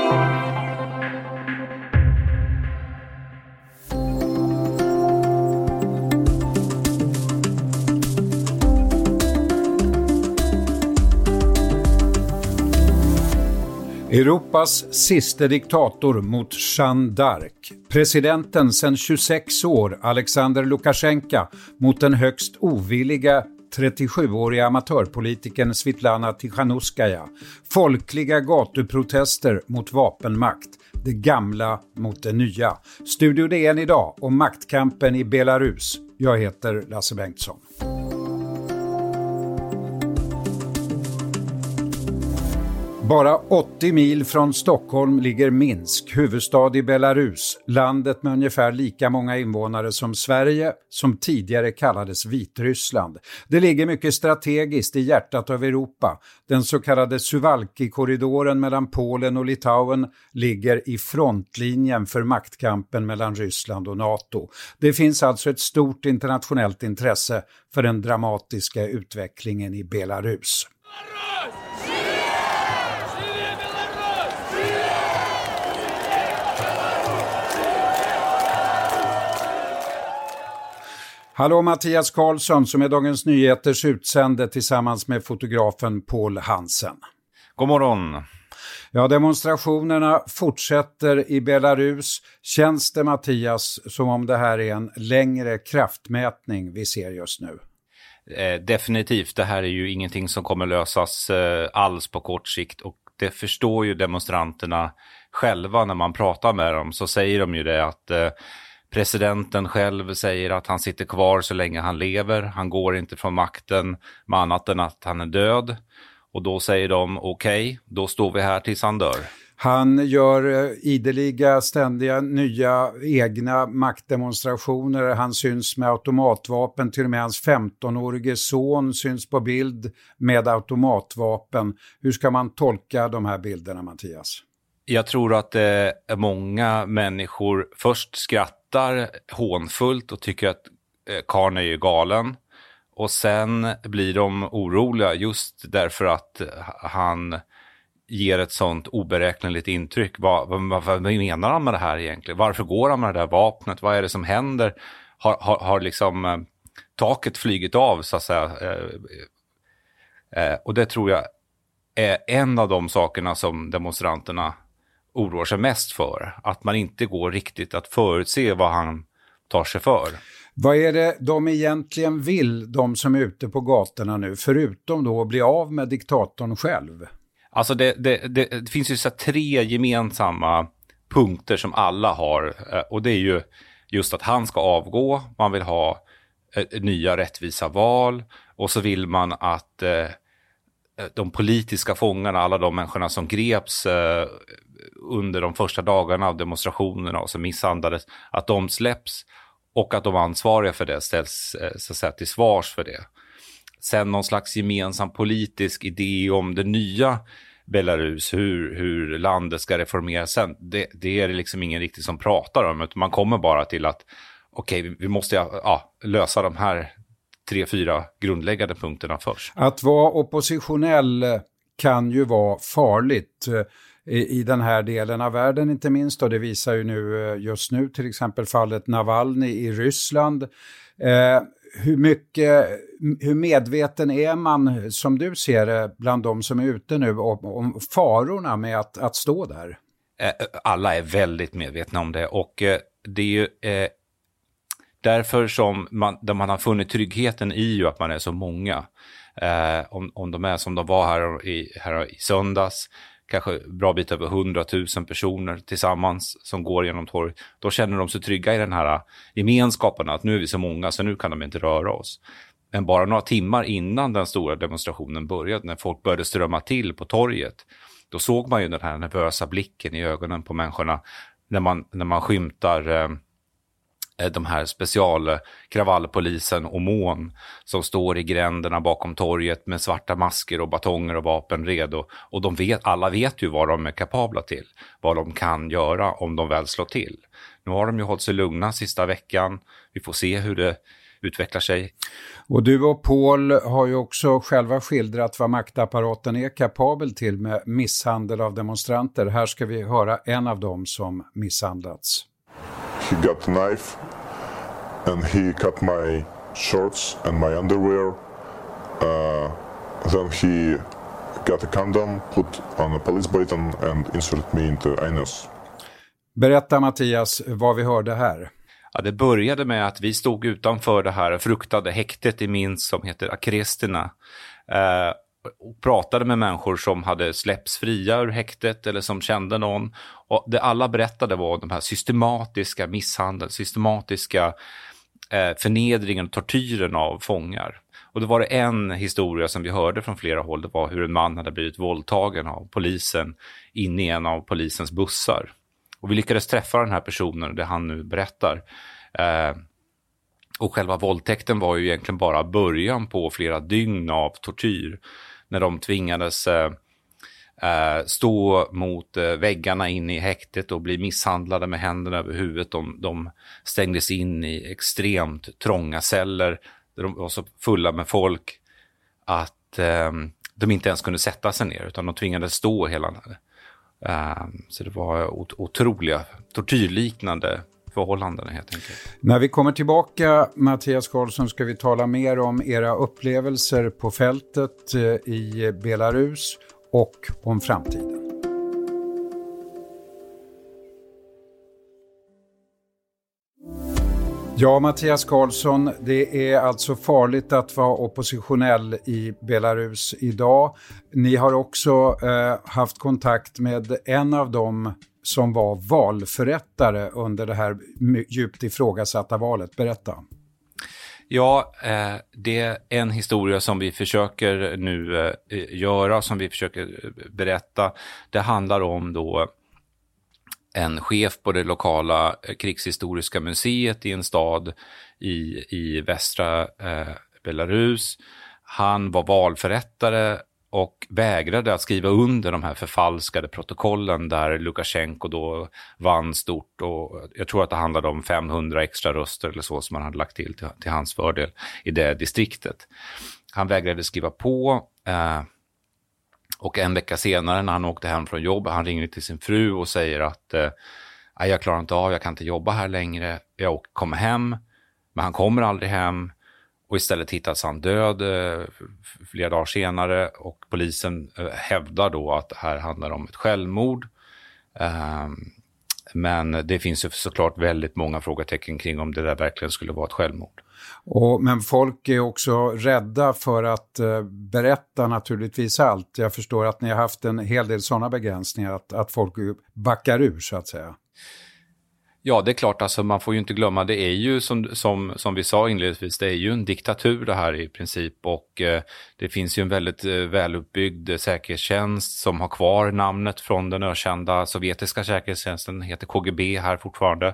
Europas sista diktator mot Jeanne d'Arc. Presidenten sedan 26 år, Alexander Lukasjenko, mot den högst ovilliga 37-åriga amatörpolitikern Svitlana Tikhanovskaja. Folkliga gatuprotester mot vapenmakt. Det gamla mot det nya. Studio DN idag om maktkampen i Belarus. Jag heter Lasse Bengtsson. Bara 80 mil från Stockholm ligger Minsk, huvudstad i Belarus, landet med ungefär lika många invånare som Sverige, som tidigare kallades Vitryssland. Det ligger mycket strategiskt i hjärtat av Europa. Den så kallade Suwalki-korridoren mellan Polen och Litauen ligger i frontlinjen för maktkampen mellan Ryssland och NATO. Det finns alltså ett stort internationellt intresse för den dramatiska utvecklingen i Belarus. Hallå Mattias Karlsson som är Dagens Nyheters utsände tillsammans med fotografen Paul Hansen. God morgon. Ja, demonstrationerna fortsätter i Belarus. Känns det, Mattias, som om det här är en längre kraftmätning vi ser just nu? Definitivt. Det här är ju ingenting som kommer lösas alls på kort sikt, och det förstår ju demonstranterna själva när man pratar med dem. Så säger de ju det att presidenten själv säger att han sitter kvar så länge han lever. Han går inte från makten med annat än att han är död. Och då säger de okej, då står vi här tills han dör. Han gör ideliga, ständiga, nya egna maktdemonstrationer. Han syns med automatvapen. Till och med hans 15-årige son syns på bild med automatvapen. Hur ska man tolka de här bilderna, Mattias? Jag tror att många människor först skrattar hånfullt och tycker att karln är ju galen. Och sen blir de oroliga just därför att han ger ett sånt oberäkneligt intryck. Vad menar han med det här egentligen? Varför går han med det där vapnet? Vad är det som händer? Har liksom taket flygit av, så att säga. Och det tror jag är en av de sakerna som demonstranterna oroar sig mest för. Att man inte går riktigt att förutse vad han tar sig för. Vad är det de egentligen vill, de som är ute på gatorna nu, förutom då att bli av med diktatorn själv? Alltså det finns ju så 3 gemensamma punkter som alla har, och det är ju just att han ska avgå, man vill ha nya rättvisa val, och så vill man att de politiska fångarna, alla de människorna som greps under de första dagarna av demonstrationerna och som misshandlades, att de släpps och att de ansvariga för det ställs så att säga till svars för det. Sen någon slags gemensam politisk idé om det nya Belarus, hur landet ska reformeras sen, det är det liksom ingen riktigt som pratar om, utan man kommer bara till att okej, vi måste lösa de här 3-4 grundläggande punkterna först. Att vara oppositionell kan ju vara farligt i den här delen av världen, inte minst, och det visar ju nu just nu till exempel fallet Navalny i Ryssland. Hur medveten är man, som du ser det, bland de som är ute nu om farorna med att stå där? Alla är väldigt medvetna om det, och det är ju därför som man har funnit tryggheten i ju att man är så många. Om de är som de var här i söndags, kanske bra bit över 100 000 personer tillsammans som går genom torg, då känner de sig trygga i den här gemenskapen att nu är vi så många så nu kan de inte röra oss. Men bara några timmar innan den stora demonstrationen började, när folk började strömma till på torget, då såg man ju den här nervösa blicken i ögonen på människorna när man skymtar de här specialkravallpolisen och MÅN som står i gränderna bakom torget med svarta masker och batonger och vapen redo. Och alla vet ju vad de är kapabla till, vad de kan göra om de väl slår till. Nu har de ju hållit sig lugna sista veckan. Vi får se hur utvecklar sig. Och du och Paul har ju också själva skildrat vad maktapparaten är kapabel till med misshandel av demonstranter. Här ska vi höra en av dem som misshandlats. He got a knife and he cut my shorts and my underwear. Then he got a condom, put on a police baton and inserted me into anus. Berätta Mattias vad vi hörde här. Ja, det började med att vi stod utanför det här fruktade häktet i Minsk som heter Akrestina och pratade med människor som hade släppts fria ur häktet eller som kände någon. Och det alla berättade var de här systematiska misshandel, systematiska förnedringen och tortyren av fångar. Och då var det en historia som vi hörde från flera håll. Det var hur en man hade blivit våldtagen av polisen inne i en av polisens bussar. Och vi lyckades träffa den här personen, det han nu berättar. Och själva våldtäkten var ju egentligen bara början på flera dygn av tortyr. När de tvingades stå mot väggarna in i häktet och bli misshandlade med händerna över huvudet. De stängdes in i extremt trånga celler där de var så fulla med folk att de inte ens kunde sätta sig ner utan de tvingades stå hela tiden. Så det var otroliga tortyrliknande förhållanden helt enkelt. När vi kommer tillbaka, Mattias Karlsson, ska vi tala mer om era upplevelser på fältet i Belarus och om framtiden. Ja, Mattias Karlsson, det är alltså farligt att vara oppositionell i Belarus idag. Ni har också haft kontakt med en av dem som var valförrättare under det här djupt ifrågasatta valet. Berätta. Ja, det är en historia som vi försöker nu göra, som vi försöker berätta. Det handlar om då en chef på det lokala krigshistoriska museet i en stad i västra Belarus. Han var valförrättare och vägrade att skriva under de här förfalskade protokollen där Lukasjenko då vann stort. Och jag tror att det handlade om 500 extra röster eller så som man hade lagt till hans fördel i det distriktet. Han vägrade skriva på. Och en vecka senare när han åkte hem från jobb, han ringer till sin fru och säger att jag klarar inte av, jag kan inte jobba här längre, jag kommer hem, men han kommer aldrig hem och istället hittas han död flera dagar senare och polisen hävdar då att det här handlar om ett självmord. Men det finns ju såklart väldigt många frågetecken kring om det där verkligen skulle vara ett självmord. Men folk är också rädda för att berätta naturligtvis allt. Jag förstår att ni har haft en hel del sådana begränsningar, att folk backar ur så att säga. Ja, det är klart, alltså, man får ju inte glömma, det är ju som vi sa inledningsvis, det är ju en diktatur det här i princip och det finns ju en väldigt väluppbyggd säkerhetstjänst som har kvar namnet från den ökända sovjetiska säkerhetstjänsten, heter KGB här fortfarande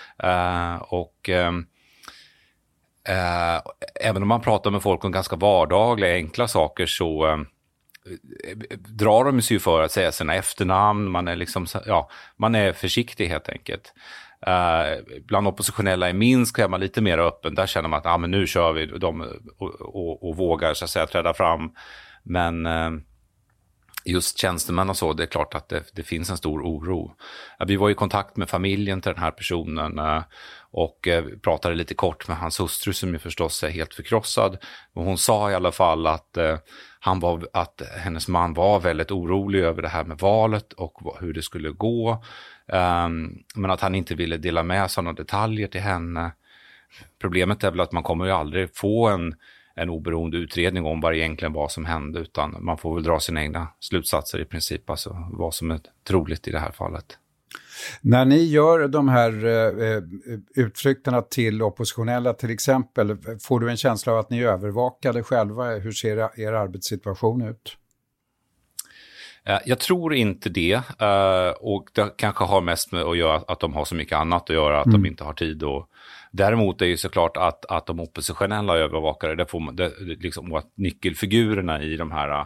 även om man pratar med folk om ganska vardagliga, enkla saker så drar de sig för att säga sina efternamn. Man är liksom, man är försiktig helt enkelt. Bland oppositionella i Minsk är man lite mer öppen. Där känner man att men nu kör vi dem och vågar så att säga träda fram. Men just tjänstemän och så, det är klart att det finns en stor oro. Vi var i kontakt med familjen till den här personen och pratade lite kort med hans hustru som ju förstås är helt förkrossad. Och hon sa i alla fall att hennes man var väldigt orolig över det här med valet och hur det skulle gå. Men att han inte ville dela med sådana detaljer till henne. Problemet är väl att man kommer ju aldrig få en oberoende utredning om vad det egentligen var som hände, utan man får väl dra sina egna slutsatser i princip, alltså vad som är troligt i det här fallet. När ni gör de här utflykterna till oppositionella till exempel, får du en känsla av att ni övervakade själva? Hur ser er arbetssituation ut? Jag tror inte det, och det kanske har mest med att göra att de har så mycket annat att göra, att de inte har tid. Och däremot är ju såklart att de oppositionella övervakare, liksom, att nyckelfigurerna i de här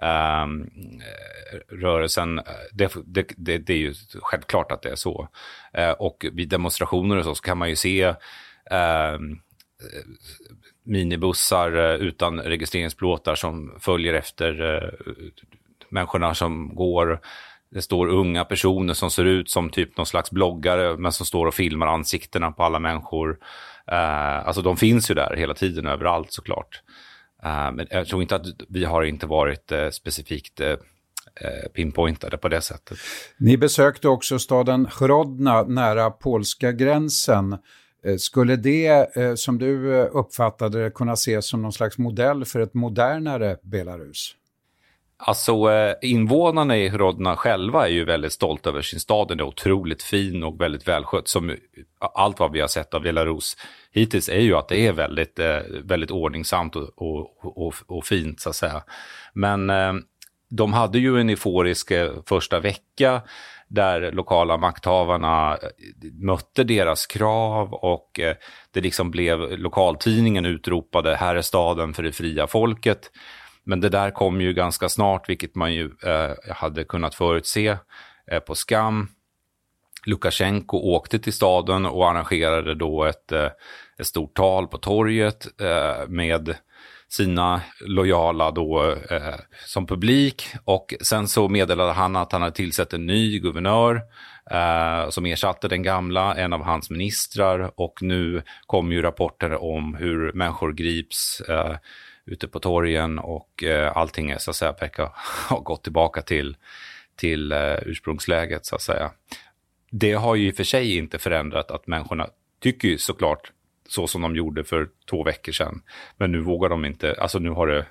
rörelsen, det är ju självklart att det är så. Och vid demonstrationer och så kan man ju se minibussar utan registreringsplåtar som följer efter människorna som går. Det står unga personer som ser ut som typ någon slags bloggare men som står och filmar ansiktena på alla människor. Alltså de finns ju där hela tiden överallt såklart. Men jag tror inte att vi har inte varit specifikt pinpointade på det sättet. Ni besökte också staden Hrodna nära polska gränsen. Skulle det, som du uppfattade det, kunna ses som någon slags modell för ett modernare Belarus? Alltså invånarna i Hrodna själva är ju väldigt stolta över sin stad. Den är otroligt fin och väldigt välskött. Som allt vad vi har sett av Belarus hittills är ju att det är väldigt, väldigt ordningsamt och fint så att säga. Men de hade ju en euforisk första vecka där lokala makthavarna mötte deras krav och det liksom blev lokaltidningen utropade här är staden för det fria folket. Men det där kom ju ganska snart, vilket man ju hade kunnat förutse på skam. Lukasjenko åkte till staden och arrangerade då ett stort tal på torget med sina lojala då som publik. Och sen så meddelade han att han hade tillsatt en ny guvernör som ersatte den gamla, en av hans ministrar. Och nu kom ju rapporter om hur människor grips ute på torgen och allting är så att säga har gått tillbaka till ursprungsläget så att säga. Det har ju i och för sig inte förändrat att människorna tycker ju såklart så som de gjorde för 2 veckor sedan. Men nu vågar de inte, alltså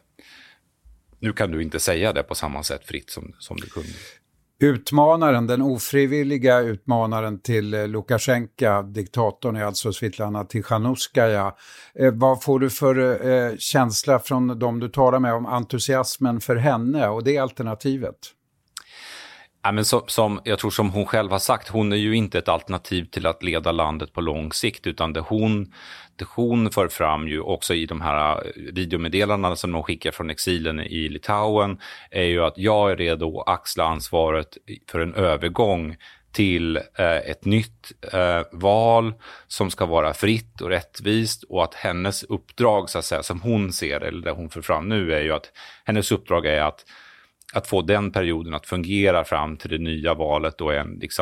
nu kan du inte säga det på samma sätt fritt som du kunde. Utmanaren, den ofrivilliga utmanaren till Lukasjenko, diktatorn, är alltså Svetlana Tikhanovskaja. Vad får du för känsla från dem du talar med om entusiasmen för henne och det alternativet? Ja, men som jag tror som hon själv har sagt, hon är ju inte ett alternativ till att leda landet på lång sikt, utan det hon för fram ju också i de här videomeddelandena som de skickar från exilen i Litauen är ju att jag är redo att axla ansvaret för en övergång till ett nytt val som ska vara fritt och rättvist, och att hennes uppdrag så att säga, som hon ser eller det hon för fram nu är ju att hennes uppdrag är att få den perioden att fungera fram till det nya valet då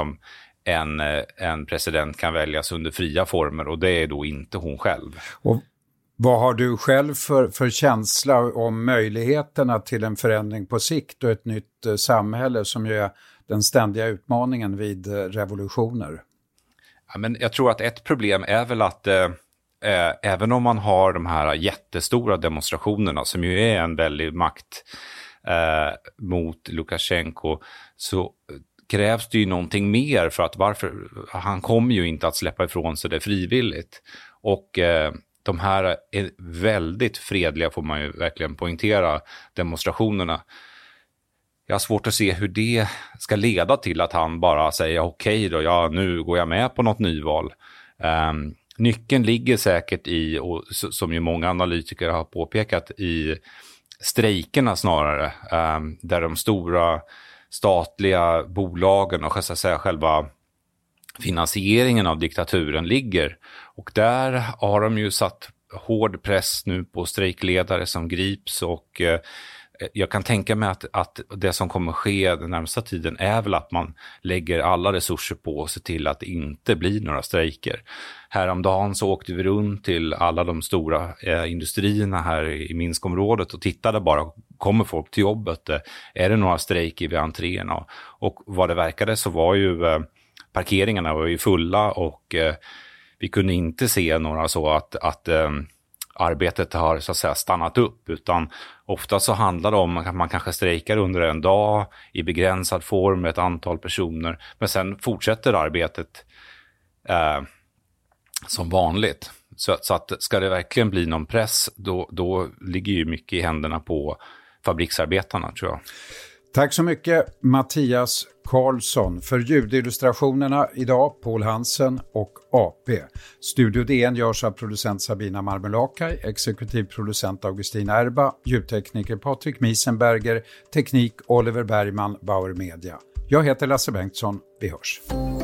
en president kan väljas under fria former, och det är då inte hon själv. Och vad har du själv för känsla om möjligheterna till en förändring på sikt och ett nytt samhälle som ju är den ständiga utmaningen vid revolutioner? Ja, men jag tror att ett problem är väl att även om man har de här jättestora demonstrationerna som ju är en väldig makt mot Lukasjenko, så krävs det ju någonting mer för att han kommer ju inte att släppa ifrån sig det frivilligt. Och de här är väldigt fredliga, får man ju verkligen poängtera, demonstrationerna. Jag har svårt att se hur det ska leda till att han bara säger okej då, ja nu går jag med på något nyval. Nyckeln ligger säkert i, och som ju många analytiker har påpekat, i strejkerna snarare, där de stora statliga bolagen och så att säga själva finansieringen av diktaturen ligger. Och där har de ju satt hård press nu på strejkledare som grips, och jag kan tänka mig att det som kommer ske den närmsta tiden är väl att man lägger alla resurser på att se till att det inte blir några strejker. Häromdagen så åkte vi runt till alla de stora industrierna här i Minskområdet och tittade bara, kommer folk till jobbet? Är det några strejker vid entréerna? Och vad det verkade så var ju parkeringarna var ju fulla, och vi kunde inte se några så att arbetet har så att säga stannat upp, utan ofta så handlar det om att man kanske strejkar under en dag i begränsad form med ett antal personer, men sen fortsätter arbetet som vanligt. Så att ska det verkligen bli någon press, då ligger ju mycket i händerna på fabriksarbetarna, tror jag. Tack så mycket Mattias Karlsson. För ljudillustrationerna idag Paul Hansen och AP. Studio DN görs av producent Sabina Marmelakai, exekutiv producent Augustin Erba, ljudtekniker Patrik Miesenberger, teknik Oliver Bergman, Bauer Media. Jag heter Lasse Bengtsson, vi hörs.